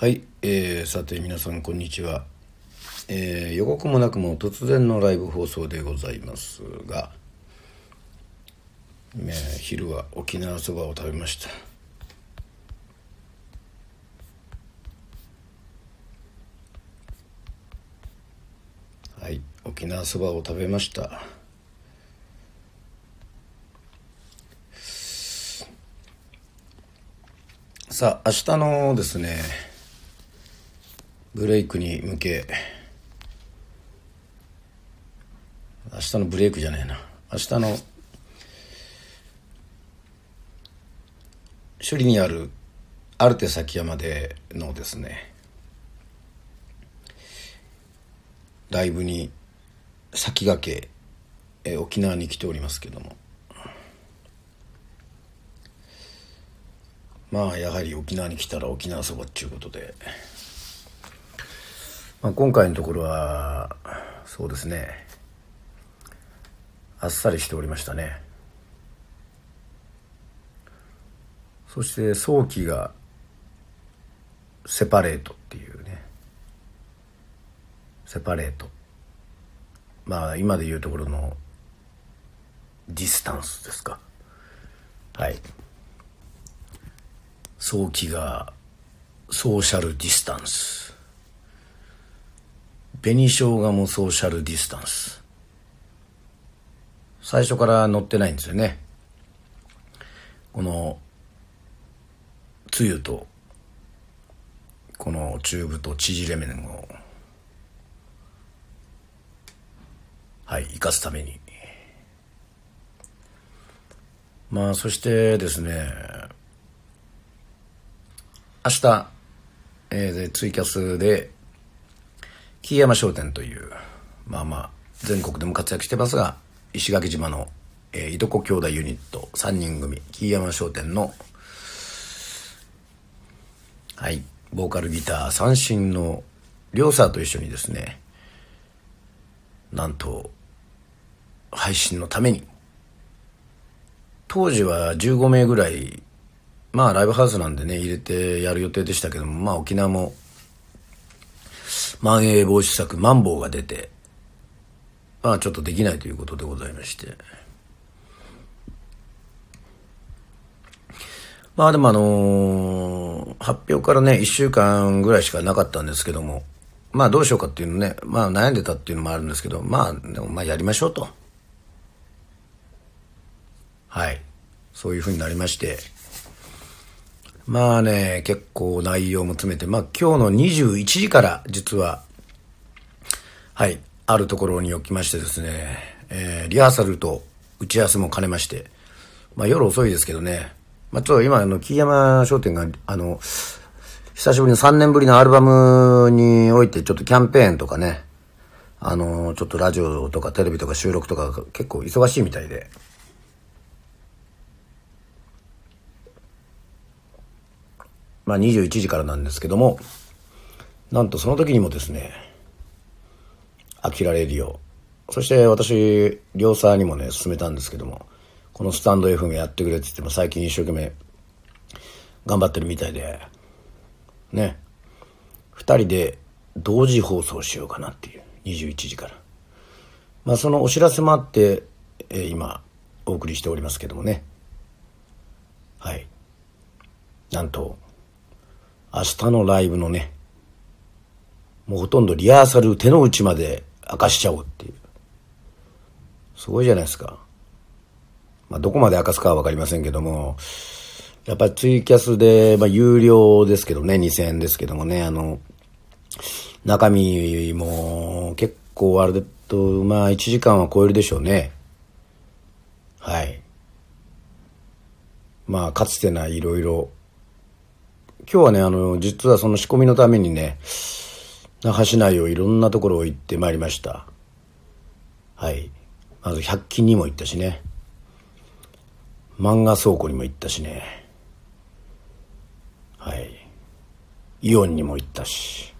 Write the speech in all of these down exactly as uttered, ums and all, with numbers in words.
はい、えー、さて皆さんこんにちは、えー、予告もなくも突然のライブ放送でございますが、えー、昼は沖縄そばを食べました。はい、沖縄そばを食べました。さあ明日のですねブレイクに向け、明日のブレイクじゃないな明日の首里にあるアルテ崎山でのですねライブに先駆け、え沖縄に来ておりますけども、まあやはり沖縄に来たら沖縄そばっていうことで、まあ、今回のところはそうですねあっさりしておりましたね。そして早期がセパレートっていうねセパレートまあ今でいうところのディスタンスですか。はい早期がソーシャルディスタンス、紅生姜もソーシャルディスタンス、最初から載ってないんですよね。このつゆとこのチューブと縮れ麺をはい生かすために、まあそしてですね明日、えー、でツイキャスで木山商店というまあまあ全国でも活躍してますが石垣島の、えー、いとこ兄弟ユニットさんにん組木山商店のはいボーカルギター三振の両サーと一緒にですねなんと配信のために当時はじゅうごめいぐらいまあライブハウスなんでね入れてやる予定でしたけども、まあ沖縄もまん延防止策マンボウが出てまあちょっとできないということでございまして、まあでもあのー、発表からねいっしゅうかんぐらいしかなかったんですけども、まあどうしようかっていうのねまあ悩んでたっていうのもあるんですけど、まあでもまあやりましょうと、はいそういうふうになりまして、まあね結構内容も詰めて、まあ今日のにじゅういちじから実ははいあるところにおきましてですね、えー、リハーサルと打ち合わせも兼ねまして、まあ夜遅いですけどね、まあちょっと今あの木山商店があの久しぶりのさんねんぶりのアルバムにおいてちょっとキャンペーンとかね、あのちょっとラジオとかテレビとか収録とか結構忙しいみたいで、まあにじゅういちじからなんですけども、なんとその時にもですねアキラレディオ、そして私両サーにもね勧めたんですけども、このスタンド エフエム やってくれって言っても最近一生懸命頑張ってるみたいでね、二人で同時放送しようかなっていうにじゅういちじから、まあそのお知らせもあって、えー、今お送りしておりますけどもね、はいなんと明日のライブのねもうほとんどリハーサル手の内まで明かしちゃおうっていう、すごいじゃないですか。まあどこまで明かすかは分かりませんけども、やっぱりツイキャスで、まあ有料ですけどねにせんえんですけどもね、あの中身も結構あれだとまあいちじかんは超えるでしょうね。はいまあかつてないろいろ今日はねあの実はその仕込みのためにね那覇市内をいろんなところを行ってまいりました。はいまずひゃく均にも行ったしね、漫画倉庫にも行ったしね、はいイオンにも行ったし、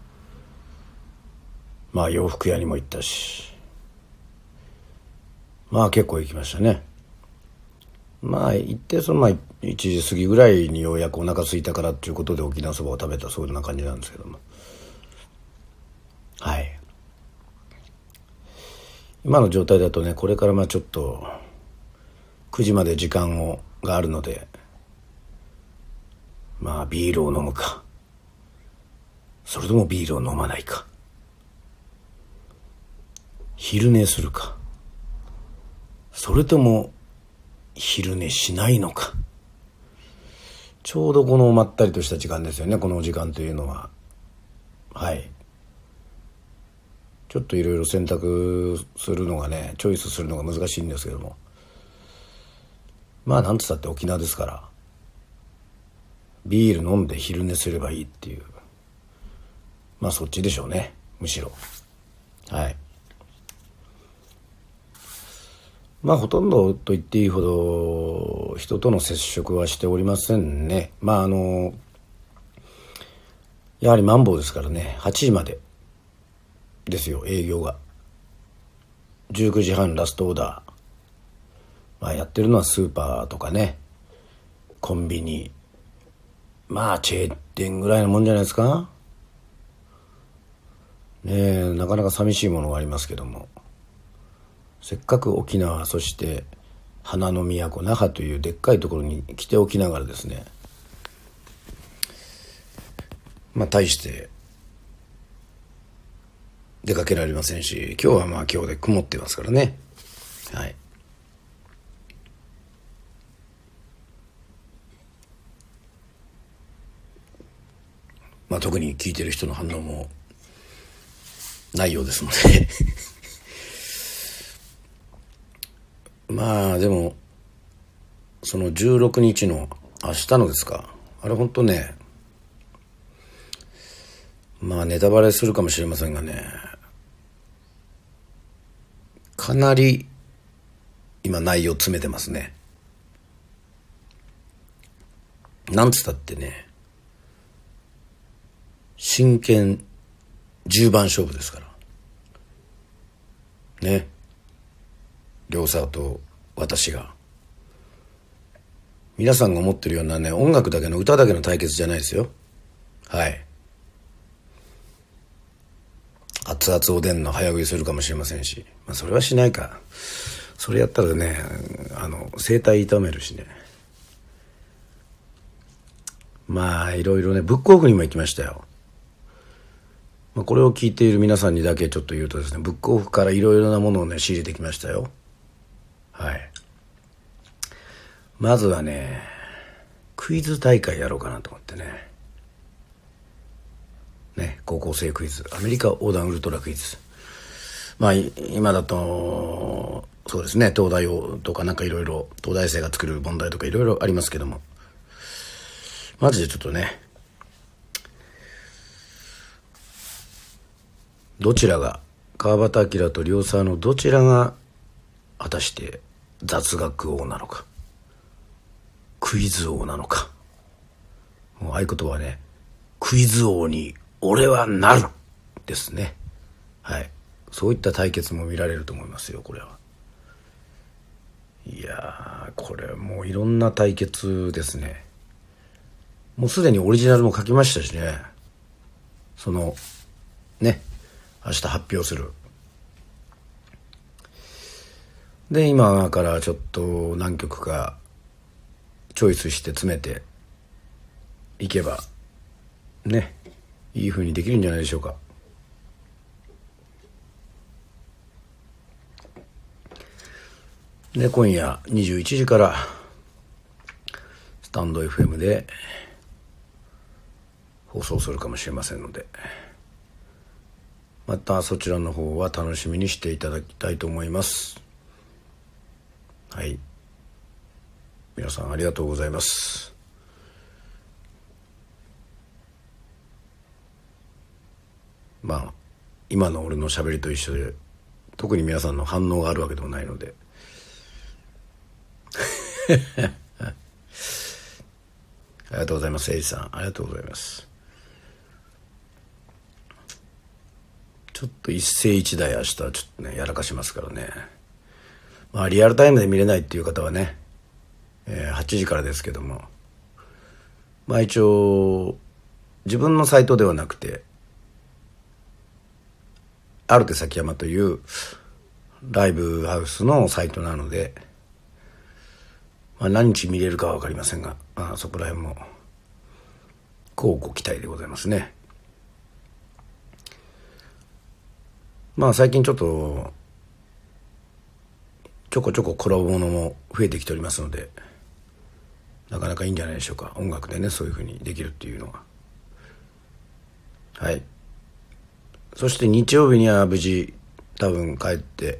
まあ洋服屋にも行ったし、まあ結構行きましたね。 まあ行ってそのまあいちじ過ぎぐらいにようやくお腹空いたからっていうことで沖縄そばを食べた、そういうような感じなんですけども、はい。今の状態だとね、これからまあちょっとくじまで時間をがあるので、まあビールを飲むか、それともビールを飲まないか、昼寝するか、それとも昼寝しないのか。ちょうどこのまったりとした時間ですよね、この時間というのは。はい。ちょっといろいろ選択するのがね、チョイスするのが難しいんですけども、まあなんつったって沖縄ですから、ビール飲んで昼寝すればいいっていう、まあそっちでしょうね、むしろ。はい。まあほとんどと言っていいほど人との接触はしておりませんね。まああのやはりマンボウですからね、はちじまでですよ、営業が。じゅうくじはんラストオーダー。まあやってるのはスーパーとかね、コンビニ、まあチェーン店ぐらいのもんじゃないですかね。えなかなか寂しいものがありますけども、せっかく沖縄、そして花の都那覇というでっかいところに来ておきながらですね、まあ大して出かけられませんし、今日はまあ今日で曇ってますからね。はい。まあ特に聞いてる人の反応もないようですのでまあでもそのじゅうろくにちの明日のですか、あれ本当ね、まあネタバレするかもしれませんがね、かなり今内容詰めてますね。なんつったってね、真剣じゅうばん勝負ですからね。両沢と私が、皆さんが思ってるようなね、音楽だけの歌だけの対決じゃないですよ。はい。熱々おでんの早食いするかもしれませんし、まあそれはしないか。それやったらね、あの声帯痛めるしね。まあいろいろね、ブックオフにも行きましたよ。まあ、これを聞いている皆さんにだけちょっと言うとですね、ブックオフからいろいろなものをね仕入れてきましたよ。はい。まずはね、クイズ大会やろうかなと思ってね。ね、高校生クイズ、アメリカ横断ウルトラクイズ。まあ今だとそうですね、東大王とかなんかいろいろ東大生が作る問題とかいろいろありますけども、マジでちょっとね、どちらが、川端明と両沢のどちらが果たして雑学王なのか、クイズ王なのか。もう合言葉はね、クイズ王に俺はなるですね。はい。そういった対決も見られると思いますよ、これは。いやー、これもういろんな対決ですね。もうすでにオリジナルも書きましたしね。そのね、明日発表する。で、今からちょっと何曲かチョイスして詰めていけばね、いい風にできるんじゃないでしょうか。で、今夜にじゅういちじからスタンド エフエム で放送するかもしれませんので、またそちらの方は楽しみにしていただきたいと思います。はい。皆さんありがとうございます。まあ今の俺の喋りと一緒で特に皆さんの反応があるわけでもないのでありがとうございます。エイジさんありがとうございます。ちょっと一世一代明日はちょっとねやらかしますからね。まあリアルタイムで見れないっていう方はね、 えー、はちじからですけども、まあ一応自分のサイトではなくてアルテ崎山というライブハウスのサイトなので、まあ、何日見れるかは分かりませんが、まあ、そこら辺も乞うご期待でございますね。まあ最近ちょっとちょこちょこコラボものも増えてきておりますので、なかなかいいんじゃないでしょうか。音楽でね、そういう風にできるっていうのは。はい。そして日曜日には無事多分帰って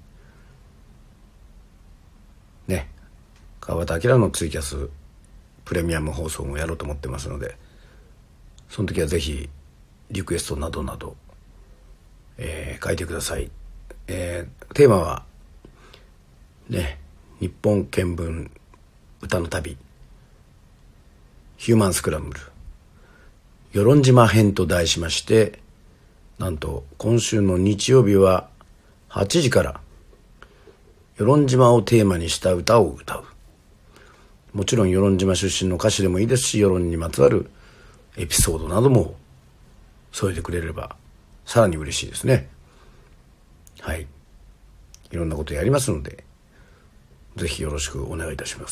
ね、川端明のツイキャスプレミアム放送もやろうと思ってますので、その時はぜひリクエストなどなど、えー、書いてください。えー、テーマはね、日本見聞歌の旅ヒューマンスクランブル与論島編と題しまして、なんと今週の日曜日ははちじから与論島をテーマにした歌を歌う。もちろん与論島出身の歌手でもいいですし、与論にまつわるエピソードなども添えてくれればさらに嬉しいですね。はい、いろんなことやりますので、ぜひよろしくお願いいたします。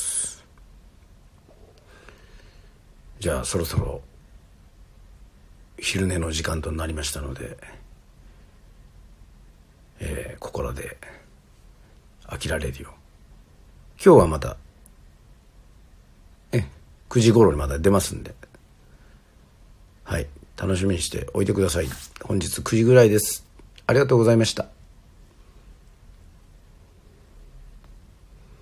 じゃあそろそろ昼寝の時間となりましたので、えー、ここらで飽きられるよ。今日はまたえくじ頃にまだ出ますんで、はい、楽しみにしておいてください。本日くじぐらいです。ありがとうございました。